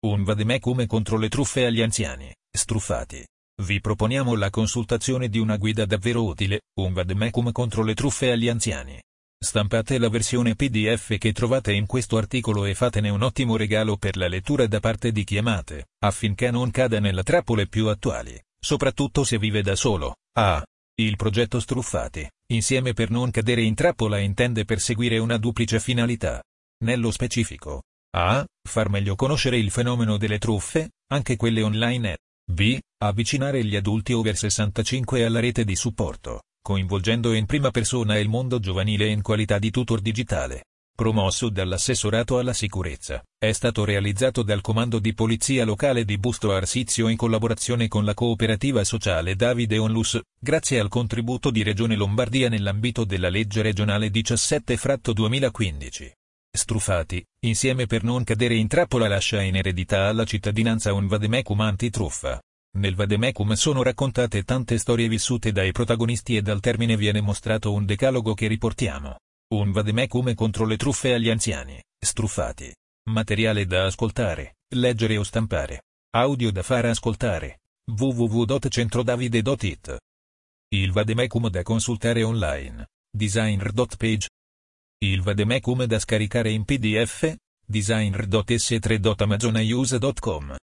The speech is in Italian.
Un vademecum contro le truffe agli anziani, struffati. Vi proponiamo la consultazione di una guida davvero utile, un vademecum contro le truffe agli anziani. Stampate la versione PDF che trovate in questo articolo e fatene un ottimo regalo per la lettura da parte di chi amate, affinché non cada nelle trappole più attuali, soprattutto se vive da solo. Il progetto Struffati, insieme per non cadere in trappola intende perseguire una duplice finalità. Nello specifico. A. Far meglio conoscere il fenomeno delle truffe, anche quelle online e B. Avvicinare gli adulti over 65 alla rete di supporto, coinvolgendo in prima persona il mondo giovanile in qualità di tutor digitale. Promosso dall'Assessorato alla Sicurezza, è stato realizzato dal Comando di Polizia Locale di Busto Arsizio in collaborazione con la cooperativa sociale Davide Onlus, grazie al contributo di Regione Lombardia nell'ambito della legge regionale 17/2015. Struffati, insieme per non cadere in trappola lascia in eredità alla cittadinanza un vademecum antitruffa. Nel vademecum sono raccontate tante storie vissute dai protagonisti e dal termine viene mostrato un decalogo che riportiamo. Un vademecum contro le truffe agli anziani, struffati. Materiale da ascoltare, leggere o stampare. Audio da far ascoltare. www.centrodavide.it. Il vademecum da consultare online. Designer.page. Il vademecum da scaricare in PDF. Designer.s3.amazonaiusa.com